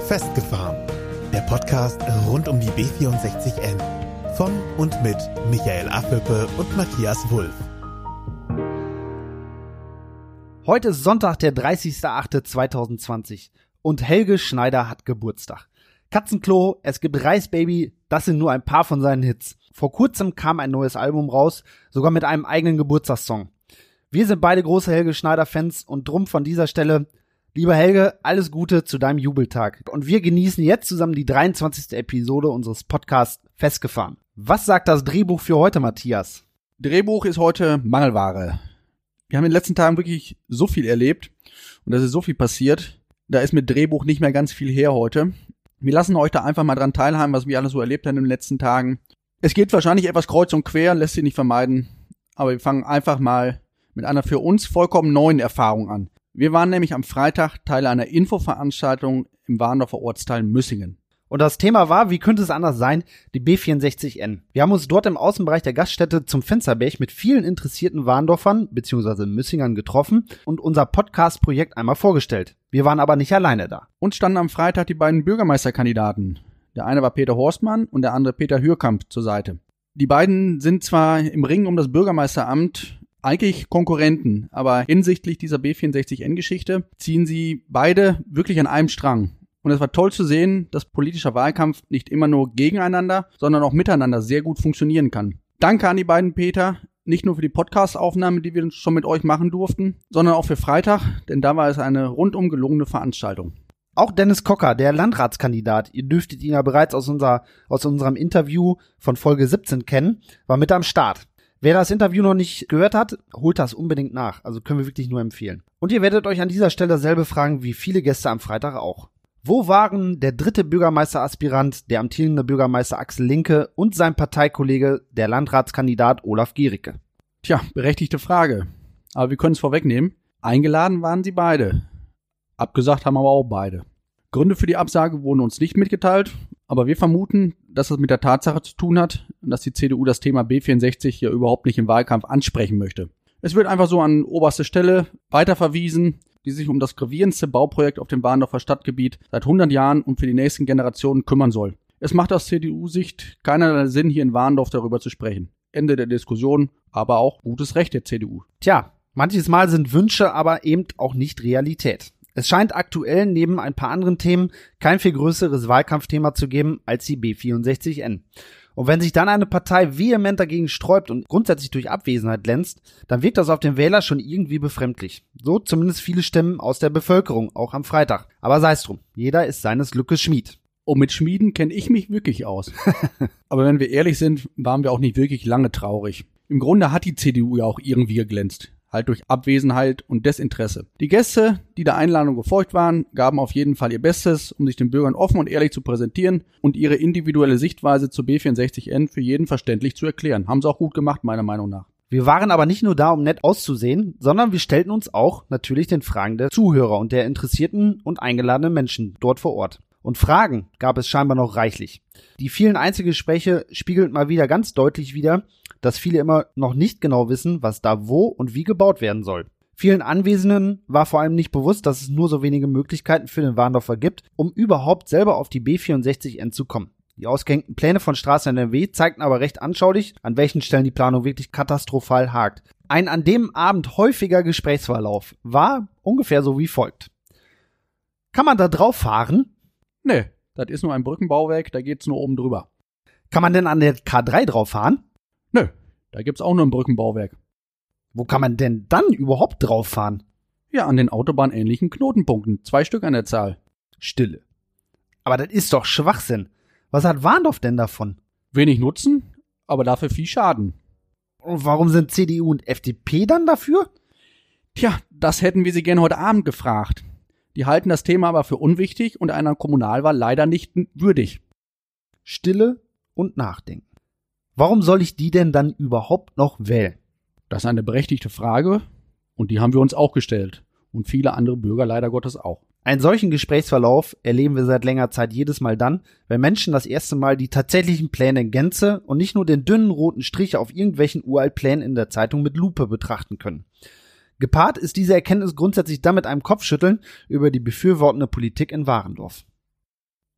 Festgefahren. Der Podcast rund um die B64N. Von und mit Michael Affelpe und Matthias Wulff. Heute ist Sonntag, der 30.08.2020 und Helge Schneider hat Geburtstag. Katzenklo, es gibt Reisbaby, das sind nur ein paar von seinen Hits. Vor kurzem kam ein neues Album raus, sogar mit einem eigenen Geburtstagssong. Wir sind beide große Helge Schneider-Fans und drum von dieser Stelle, lieber Helge, alles Gute zu deinem Jubeltag. Und wir genießen jetzt zusammen die 23. Episode unseres Podcasts Festgefahren. Was sagt das Drehbuch für heute, Matthias? Drehbuch ist heute Mangelware. Wir haben in den letzten Tagen wirklich so viel erlebt und da ist so viel passiert. Da ist mit Drehbuch nicht mehr ganz viel her heute. Wir lassen euch da einfach mal dran teilhaben, was wir alles so erlebt haben in den letzten Tagen. Es geht wahrscheinlich etwas kreuz und quer, lässt sich nicht vermeiden. Aber wir fangen einfach mal mit einer für uns vollkommen neuen Erfahrung an. Wir waren nämlich am Freitag Teil einer Infoveranstaltung im Warndorfer Ortsteil Müssingen. Und das Thema war, wie könnte es anders sein, die B64N. Wir haben uns dort im Außenbereich der Gaststätte zum Fensterberg mit vielen interessierten Warndorfern bzw. Müssingern getroffen und unser Podcast-Projekt einmal vorgestellt. Wir waren aber nicht alleine da. Uns standen am Freitag die beiden Bürgermeisterkandidaten. Der eine war Peter Horstmann und der andere Peter Hürkamp zur Seite. Die beiden sind zwar im Ring um das Bürgermeisteramt eigentlich Konkurrenten, aber hinsichtlich dieser B64N-Geschichte ziehen sie beide wirklich an einem Strang. Und es war toll zu sehen, dass politischer Wahlkampf nicht immer nur gegeneinander, sondern auch miteinander sehr gut funktionieren kann. Danke an die beiden Peter, nicht nur für die Podcast-Aufnahme, die wir schon mit euch machen durften, sondern auch für Freitag, denn da war es eine rundum gelungene Veranstaltung. Auch Dennis Kocker, der Landratskandidat, ihr dürftet ihn ja bereits aus unserem Interview von Folge 17 kennen, war mit am Start. Wer das Interview noch nicht gehört hat, holt das unbedingt nach. Also können wir wirklich nur empfehlen. Und ihr werdet euch an dieser Stelle dasselbe fragen wie viele Gäste am Freitag auch. Wo waren der dritte Bürgermeisteraspirant, der amtierende Bürgermeister Axel Linke und sein Parteikollege, der Landratskandidat Olaf Giericke? Tja, berechtigte Frage. Aber wir können es vorwegnehmen. Eingeladen waren sie beide. Abgesagt haben aber auch beide. Gründe für die Absage wurden uns nicht mitgeteilt, aber wir vermuten, dass es mit der Tatsache zu tun hat, dass die CDU das Thema B64 hier überhaupt nicht im Wahlkampf ansprechen möchte. Es wird einfach so an oberste Stelle weiterverwiesen, die sich um das gravierendste Bauprojekt auf dem Warndorfer Stadtgebiet seit 100 Jahren und für die nächsten Generationen kümmern soll. Es macht aus CDU-Sicht keinerlei Sinn, hier in Warndorf darüber zu sprechen. Ende der Diskussion, aber auch gutes Recht der CDU. Tja, manches Mal sind Wünsche aber eben auch nicht Realität. Es scheint aktuell neben ein paar anderen Themen kein viel größeres Wahlkampfthema zu geben als die B64N. Und wenn sich dann eine Partei vehement dagegen sträubt und grundsätzlich durch Abwesenheit glänzt, dann wirkt das auf den Wähler schon irgendwie befremdlich. So zumindest viele Stimmen aus der Bevölkerung, auch am Freitag. Aber sei's drum, jeder ist seines Glückes Schmied. Und mit Schmieden kenne ich mich wirklich aus. Aber wenn wir ehrlich sind, waren wir auch nicht wirklich lange traurig. Im Grunde hat die CDU ja auch irgendwie geglänzt. Halt durch Abwesenheit und Desinteresse. Die Gäste, die der Einladung gefolgt waren, gaben auf jeden Fall ihr Bestes, um sich den Bürgern offen und ehrlich zu präsentieren und ihre individuelle Sichtweise zur B64N für jeden verständlich zu erklären. Haben sie auch gut gemacht, meiner Meinung nach. Wir waren aber nicht nur da, um nett auszusehen, sondern wir stellten uns auch natürlich den Fragen der Zuhörer und der interessierten und eingeladenen Menschen dort vor Ort. Und Fragen gab es scheinbar noch reichlich. Die vielen Einzelgespräche spiegelten mal wieder ganz deutlich wider, dass viele immer noch nicht genau wissen, was da wo und wie gebaut werden soll. Vielen Anwesenden war vor allem nicht bewusst, dass es nur so wenige Möglichkeiten für den Warndorfer gibt, um überhaupt selber auf die B64N zu kommen. Die ausgehängten Pläne von Straßen NRW zeigten aber recht anschaulich, an welchen Stellen die Planung wirklich katastrophal hakt. Ein an dem Abend häufiger Gesprächsverlauf war ungefähr so wie folgt. Kann man da drauf fahren? Nee, das ist nur ein Brückenbauwerk, da geht's nur oben drüber. Kann man denn an der K3 drauf fahren? Nö, da gibt's auch nur ein Brückenbauwerk. Wo kann man denn dann überhaupt drauf fahren? Ja, an den autobahnähnlichen Knotenpunkten. 2 Stück an der Zahl. Stille. Aber das ist doch Schwachsinn. Was hat Warndorf denn davon? Wenig Nutzen, aber dafür viel Schaden. Und warum sind CDU und FDP dann dafür? Tja, das hätten wir sie gern heute Abend gefragt. Die halten das Thema aber für unwichtig und einer Kommunalwahl leider nicht würdig. Stille und Nachdenken. Warum soll ich die denn dann überhaupt noch wählen? Das ist eine berechtigte Frage und die haben wir uns auch gestellt. Und viele andere Bürger leider Gottes auch. Einen solchen Gesprächsverlauf erleben wir seit längerer Zeit jedes Mal dann, wenn Menschen das erste Mal die tatsächlichen Pläne in Gänze und nicht nur den dünnen roten Strich auf irgendwelchen Uraltplänen in der Zeitung mit Lupe betrachten können. Gepaart ist diese Erkenntnis grundsätzlich damit einem Kopfschütteln über die befürwortende Politik in Warendorf.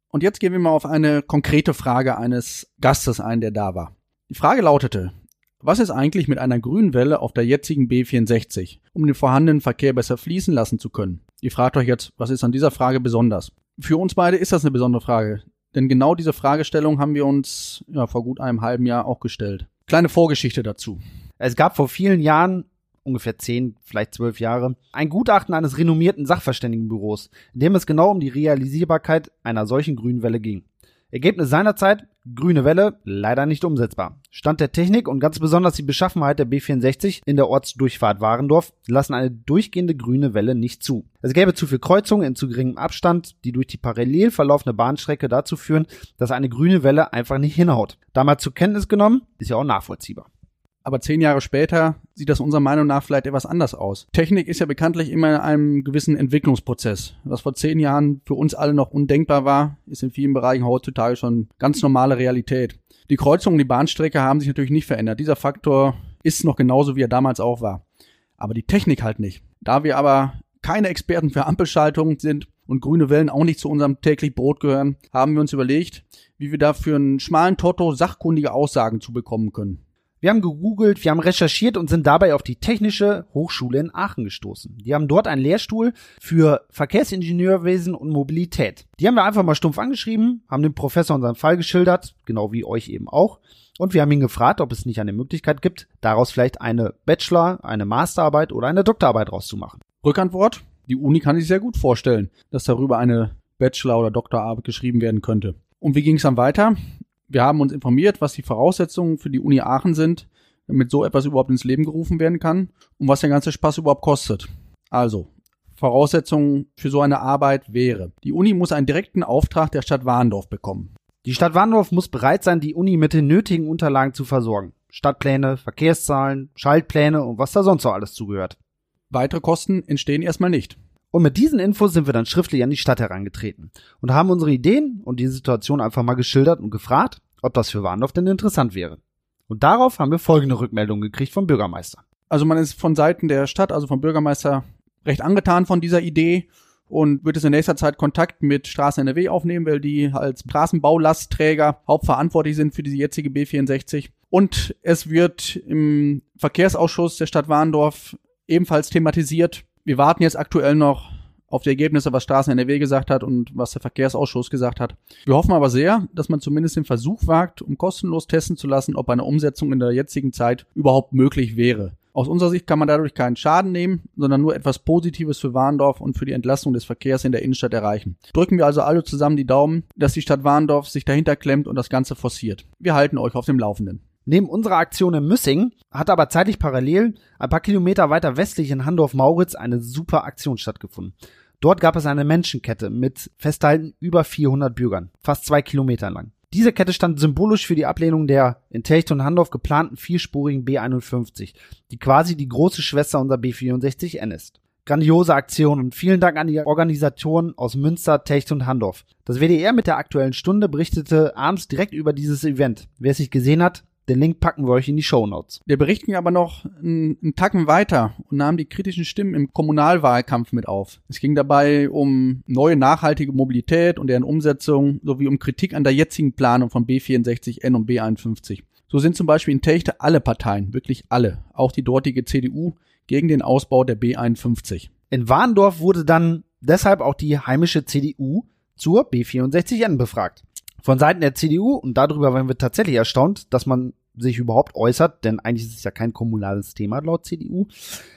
Und jetzt gehen wir mal auf eine konkrete Frage eines Gastes ein, der da war. Die Frage lautete: Was ist eigentlich mit einer grünen Welle auf der jetzigen B64, um den vorhandenen Verkehr besser fließen lassen zu können? Ihr fragt euch jetzt, was ist an dieser Frage besonders? Für uns beide ist das eine besondere Frage, denn genau diese Fragestellung haben wir uns vor gut einem halben Jahr auch gestellt. Kleine Vorgeschichte dazu. Es gab vor vielen Jahren, ungefähr 10, vielleicht 12 Jahre, ein Gutachten eines renommierten Sachverständigenbüros, in dem es genau um die Realisierbarkeit einer solchen grünen Welle ging. Ergebnis seinerzeit: grüne Welle, leider nicht umsetzbar. Stand der Technik und ganz besonders die Beschaffenheit der B64 in der Ortsdurchfahrt Warendorf lassen eine durchgehende grüne Welle nicht zu. Es gäbe zu viel Kreuzungen in zu geringem Abstand, die durch die parallel verlaufende Bahnstrecke dazu führen, dass eine grüne Welle einfach nicht hinhaut. Damals zur Kenntnis genommen, ist ja auch nachvollziehbar. Aber 10 Jahre später sieht das unserer Meinung nach vielleicht etwas anders aus. Technik ist ja bekanntlich immer in einem gewissen Entwicklungsprozess. Was vor 10 Jahren für uns alle noch undenkbar war, ist in vielen Bereichen heutzutage schon ganz normale Realität. Die Kreuzung und die Bahnstrecke haben sich natürlich nicht verändert. Dieser Faktor ist noch genauso, wie er damals auch war. Aber die Technik halt nicht. Da wir aber keine Experten für Ampelschaltungen sind und grüne Wellen auch nicht zu unserem täglichen Brot gehören, haben wir uns überlegt, wie wir da für einen schmalen Totto sachkundige Aussagen zu bekommen können. Wir haben gegoogelt, wir haben recherchiert und sind dabei auf die Technische Hochschule in Aachen gestoßen. Die haben dort einen Lehrstuhl für Verkehrsingenieurwesen und Mobilität. Die haben wir einfach mal stumpf angeschrieben, haben dem Professor unseren Fall geschildert, genau wie euch eben auch. Und wir haben ihn gefragt, ob es nicht eine Möglichkeit gibt, daraus vielleicht eine Bachelor-, eine Masterarbeit oder eine Doktorarbeit rauszumachen. Rückantwort: Die Uni kann sich sehr gut vorstellen, dass darüber eine Bachelor- oder Doktorarbeit geschrieben werden könnte. Und wie ging es dann weiter? Wir haben uns informiert, was die Voraussetzungen für die Uni Aachen sind, damit so etwas überhaupt ins Leben gerufen werden kann und was der ganze Spaß überhaupt kostet. Also, Voraussetzungen für so eine Arbeit wäre: Die Uni muss einen direkten Auftrag der Stadt Warendorf bekommen. Die Stadt Warendorf muss bereit sein, die Uni mit den nötigen Unterlagen zu versorgen. Stadtpläne, Verkehrszahlen, Schaltpläne und was da sonst so alles zugehört. Weitere Kosten entstehen erstmal nicht. Und mit diesen Infos sind wir dann schriftlich an die Stadt herangetreten und haben unsere Ideen und die Situation einfach mal geschildert und gefragt, ob das für Warendorf denn interessant wäre. Und darauf haben wir folgende Rückmeldung gekriegt vom Bürgermeister. Also man ist von Seiten der Stadt, also vom Bürgermeister, recht angetan von dieser Idee und wird es in nächster Zeit Kontakt mit Straßen NRW aufnehmen, weil die als Straßenbaulastträger hauptverantwortlich sind für diese jetzige B64. Und es wird im Verkehrsausschuss der Stadt Warendorf ebenfalls thematisiert. Wir warten jetzt aktuell noch auf die Ergebnisse, was Straßen NRW gesagt hat und was der Verkehrsausschuss gesagt hat. Wir hoffen aber sehr, dass man zumindest den Versuch wagt, um kostenlos testen zu lassen, ob eine Umsetzung in der jetzigen Zeit überhaupt möglich wäre. Aus unserer Sicht kann man dadurch keinen Schaden nehmen, sondern nur etwas Positives für Warendorf und für die Entlastung des Verkehrs in der Innenstadt erreichen. Drücken wir also alle zusammen die Daumen, dass die Stadt Warendorf sich dahinter klemmt und das Ganze forciert. Wir halten euch auf dem Laufenden. Neben unserer Aktion in Müssing hat aber zeitlich parallel ein paar Kilometer weiter westlich in Handorf-Mauritz eine super Aktion stattgefunden. Dort gab es eine Menschenkette mit festhalten über 400 Bürgern, fast 2 Kilometer lang. Diese Kette stand symbolisch für die Ablehnung der in Telcht und Handorf geplanten vierspurigen B51, die quasi die große Schwester unserer B64N ist. Grandiose Aktion und vielen Dank an die Organisatoren aus Münster, Telcht und Handorf. Das WDR mit der Aktuellen Stunde berichtete abends direkt über dieses Event. Wer es nicht gesehen hat, den Link packen wir euch in die Shownotes. Der Bericht ging aber noch einen Tacken weiter und nahm die kritischen Stimmen im Kommunalwahlkampf mit auf. Es ging dabei um neue nachhaltige Mobilität und deren Umsetzung sowie um Kritik an der jetzigen Planung von B64N und B51. So sind zum Beispiel in Telchte alle Parteien, wirklich alle, auch die dortige CDU, gegen den Ausbau der B51. In Warendorf wurde dann deshalb auch die heimische CDU zur B64N befragt. Von Seiten der CDU, und darüber waren wir tatsächlich erstaunt, dass man sich überhaupt äußert, denn eigentlich ist es ja kein kommunales Thema laut CDU,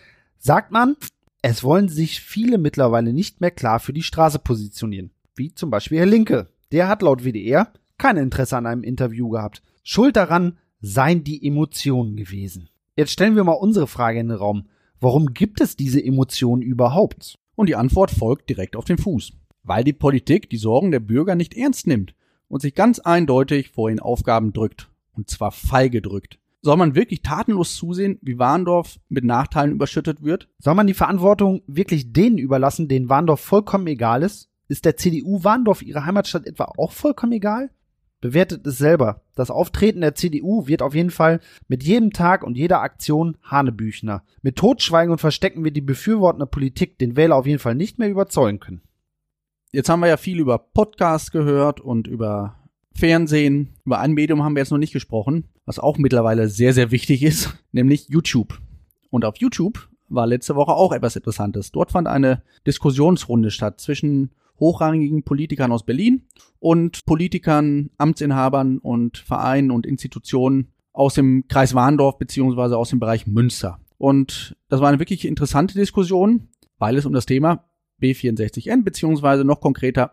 sagt man, es wollen sich viele mittlerweile nicht mehr klar für die Straße positionieren. Wie zum Beispiel Herr Linke. Der hat laut WDR kein Interesse an einem Interview gehabt. Schuld daran seien die Emotionen gewesen. Jetzt stellen wir mal unsere Frage in den Raum. Warum gibt es diese Emotionen überhaupt? Und die Antwort folgt direkt auf den Fuß. Weil die Politik die Sorgen der Bürger nicht ernst nimmt und sich ganz eindeutig vor ihren Aufgaben drückt. Und zwar feige drückt. Soll man wirklich tatenlos zusehen, wie Warendorf mit Nachteilen überschüttet wird? Soll man die Verantwortung wirklich denen überlassen, denen Warendorf vollkommen egal ist? Ist der CDU Warendorf ihre Heimatstadt etwa auch vollkommen egal? Bewertet es selber. Das Auftreten der CDU wird auf jeden Fall mit jedem Tag und jeder Aktion hanebüchner. Mit Totschweigen und Verstecken wird die befürwortende Politik den Wähler auf jeden Fall nicht mehr überzeugen können. Jetzt haben wir ja viel über Podcasts gehört und über Fernsehen. Über ein Medium haben wir jetzt noch nicht gesprochen, was auch mittlerweile sehr, sehr wichtig ist, nämlich YouTube. Und auf YouTube war letzte Woche auch etwas Interessantes. Dort fand eine Diskussionsrunde statt zwischen hochrangigen Politikern aus Berlin und Politikern, Amtsinhabern und Vereinen und Institutionen aus dem Kreis Warndorf beziehungsweise aus dem Bereich Münster. Und das war eine wirklich interessante Diskussion, weil es um das Thema B64N beziehungsweise noch konkreter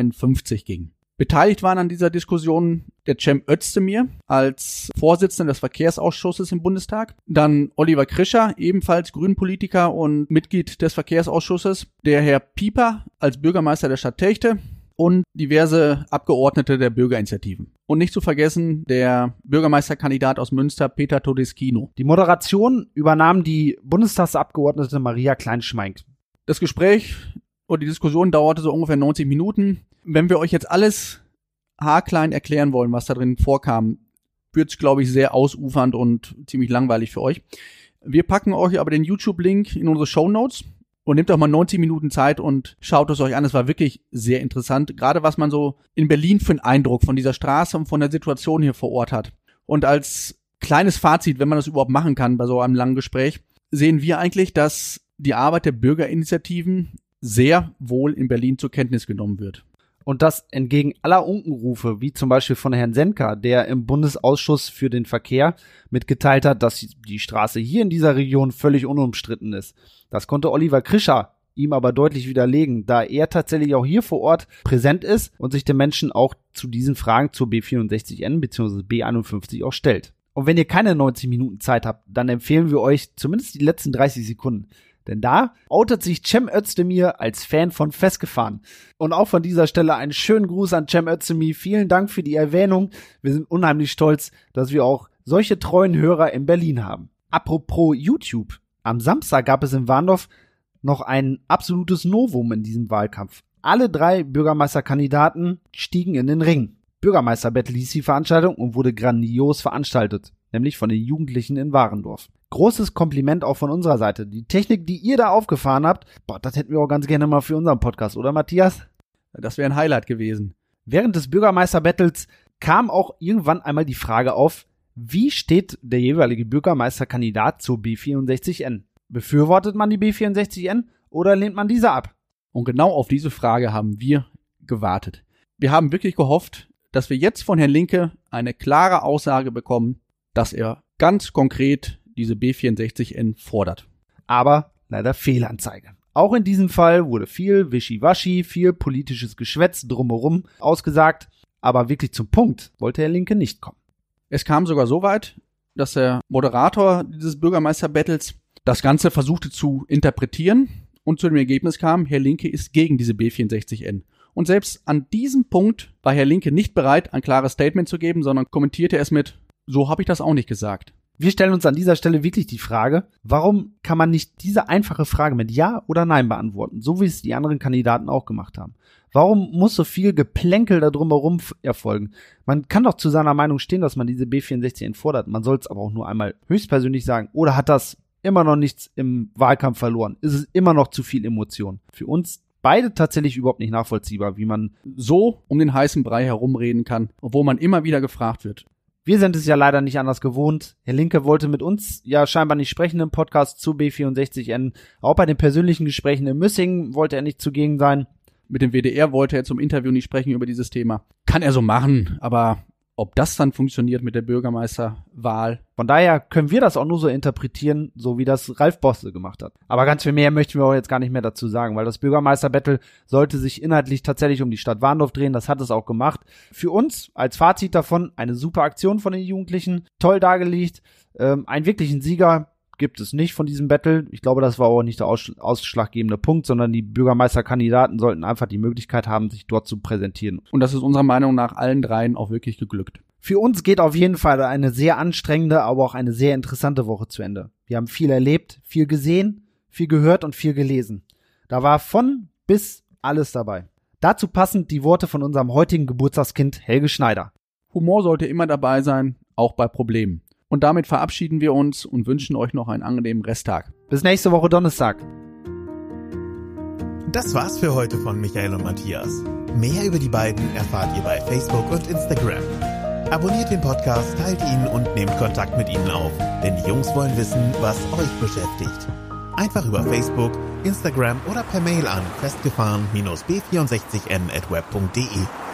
B51 ging. Beteiligt waren an dieser Diskussion der Cem Özdemir als Vorsitzender des Verkehrsausschusses im Bundestag, dann Oliver Krischer, ebenfalls Grünenpolitiker und Mitglied des Verkehrsausschusses, der Herr Pieper als Bürgermeister der Stadt Telchte und diverse Abgeordnete der Bürgerinitiativen. Und nicht zu vergessen der Bürgermeisterkandidat aus Münster, Peter Todeschino. Die Moderation übernahm die Bundestagsabgeordnete Maria Kleinschmeink. Das Gespräch und die Diskussion dauerte so ungefähr 90 Minuten. Wenn wir euch jetzt alles haarklein erklären wollen, was da drin vorkam, wird es, glaube ich, sehr ausufernd und ziemlich langweilig für euch. Wir packen euch aber den YouTube-Link in unsere Shownotes und nehmt doch mal 90 Minuten Zeit und schaut es euch an. Es war wirklich sehr interessant, gerade was man so in Berlin für einen Eindruck von dieser Straße und von der Situation hier vor Ort hat. Und als kleines Fazit, wenn man das überhaupt machen kann bei so einem langen Gespräch, sehen wir eigentlich, dass die Arbeit der Bürgerinitiativen sehr wohl in Berlin zur Kenntnis genommen wird. Und das entgegen aller Unkenrufe, wie zum Beispiel von Herrn Senka, der im Bundesausschuss für den Verkehr mitgeteilt hat, dass die Straße hier in dieser Region völlig unumstritten ist. Das konnte Oliver Krischer ihm aber deutlich widerlegen, da er tatsächlich auch hier vor Ort präsent ist und sich den Menschen auch zu diesen Fragen zur B64N bzw. B51 auch stellt. Und wenn ihr keine 90 Minuten Zeit habt, dann empfehlen wir euch zumindest die letzten 30 Sekunden. Denn da outet sich Cem Özdemir als Fan von Festgefahren. Und auch von dieser Stelle einen schönen Gruß an Cem Özdemir. Vielen Dank für die Erwähnung. Wir sind unheimlich stolz, dass wir auch solche treuen Hörer in Berlin haben. Apropos YouTube. Am Samstag gab es in Warndorf noch ein absolutes Novum in diesem Wahlkampf. Alle 3 Bürgermeisterkandidaten stiegen in den Ring. Bürgermeister-Battle hieß die Veranstaltung und wurde grandios veranstaltet. Nämlich von den Jugendlichen in Warendorf. Großes Kompliment auch von unserer Seite. Die Technik, die ihr da aufgefahren habt, das hätten wir auch ganz gerne mal für unseren Podcast, oder Matthias? Das wäre ein Highlight gewesen. Während des Bürgermeister-Battles kam auch irgendwann einmal die Frage auf, wie steht der jeweilige Bürgermeisterkandidat zur B64N? Befürwortet man die B64N oder lehnt man diese ab? Und genau auf diese Frage haben wir gewartet. Wir haben wirklich gehofft, dass wir jetzt von Herrn Linke eine klare Aussage bekommen, dass er ganz konkret diese B64N fordert. Aber leider Fehlanzeige. Auch in diesem Fall wurde viel Wischiwaschi, viel politisches Geschwätz drumherum ausgesagt, aber wirklich zum Punkt wollte Herr Linke nicht kommen. Es kam sogar so weit, dass der Moderator dieses Bürgermeister-Battles das Ganze versuchte zu interpretieren und zu dem Ergebnis kam, Herr Linke ist gegen diese B64N. Und selbst an diesem Punkt war Herr Linke nicht bereit, ein klares Statement zu geben, sondern kommentierte es mit, so habe ich das auch nicht gesagt. Wir stellen uns an dieser Stelle wirklich die Frage, warum kann man nicht diese einfache Frage mit Ja oder Nein beantworten, so wie es die anderen Kandidaten auch gemacht haben? Warum muss so viel Geplänkel da drumherum erfolgen? Man kann doch zu seiner Meinung stehen, dass man diese B64N fordert. Man soll es aber auch nur einmal höchstpersönlich sagen. Oder hat das immer noch nichts im Wahlkampf verloren? Ist es immer noch zu viel Emotion? Für uns beide tatsächlich überhaupt nicht nachvollziehbar, wie man so um den heißen Brei herumreden kann, obwohl man immer wieder gefragt wird. Wir sind es ja leider nicht anders gewohnt. Herr Linke wollte mit uns ja scheinbar nicht sprechen im Podcast zu B64N. Auch bei den persönlichen Gesprächen in Müssingen wollte er nicht zugegen sein. Mit dem WDR wollte er zum Interview nicht sprechen über dieses Thema. Kann er so machen, aber ob das dann funktioniert mit der Bürgermeisterwahl? Von daher können wir das auch nur so interpretieren, so wie das Ralf Bosse gemacht hat. Aber ganz viel mehr möchten wir auch jetzt gar nicht mehr dazu sagen, weil das Bürgermeister-Battle sollte sich inhaltlich tatsächlich um die Stadt Warndorf drehen. Das hat es auch gemacht. Für uns als Fazit davon eine super Aktion von den Jugendlichen. Toll dargelegt. Einen wirklichen Sieger gibt es nicht von diesem Battle. Ich glaube, das war auch nicht der ausschlaggebende Punkt, sondern die Bürgermeisterkandidaten sollten einfach die Möglichkeit haben, sich dort zu präsentieren. Und das ist unserer Meinung nach allen 3 auch wirklich geglückt. Für uns geht auf jeden Fall eine sehr anstrengende, aber auch eine sehr interessante Woche zu Ende. Wir haben viel erlebt, viel gesehen, viel gehört und viel gelesen. Da war von bis alles dabei. Dazu passend die Worte von unserem heutigen Geburtstagskind Helge Schneider. Humor sollte immer dabei sein, auch bei Problemen. Und damit verabschieden wir uns und wünschen euch noch einen angenehmen Resttag. Bis nächste Woche Donnerstag. Das war's für heute von Michael und Matthias. Mehr über die beiden erfahrt ihr bei Facebook und Instagram. Abonniert den Podcast, teilt ihn und nehmt Kontakt mit ihnen auf, denn die Jungs wollen wissen, was euch beschäftigt. Einfach über Facebook, Instagram oder per Mail an festgefahren-b64n@web.de.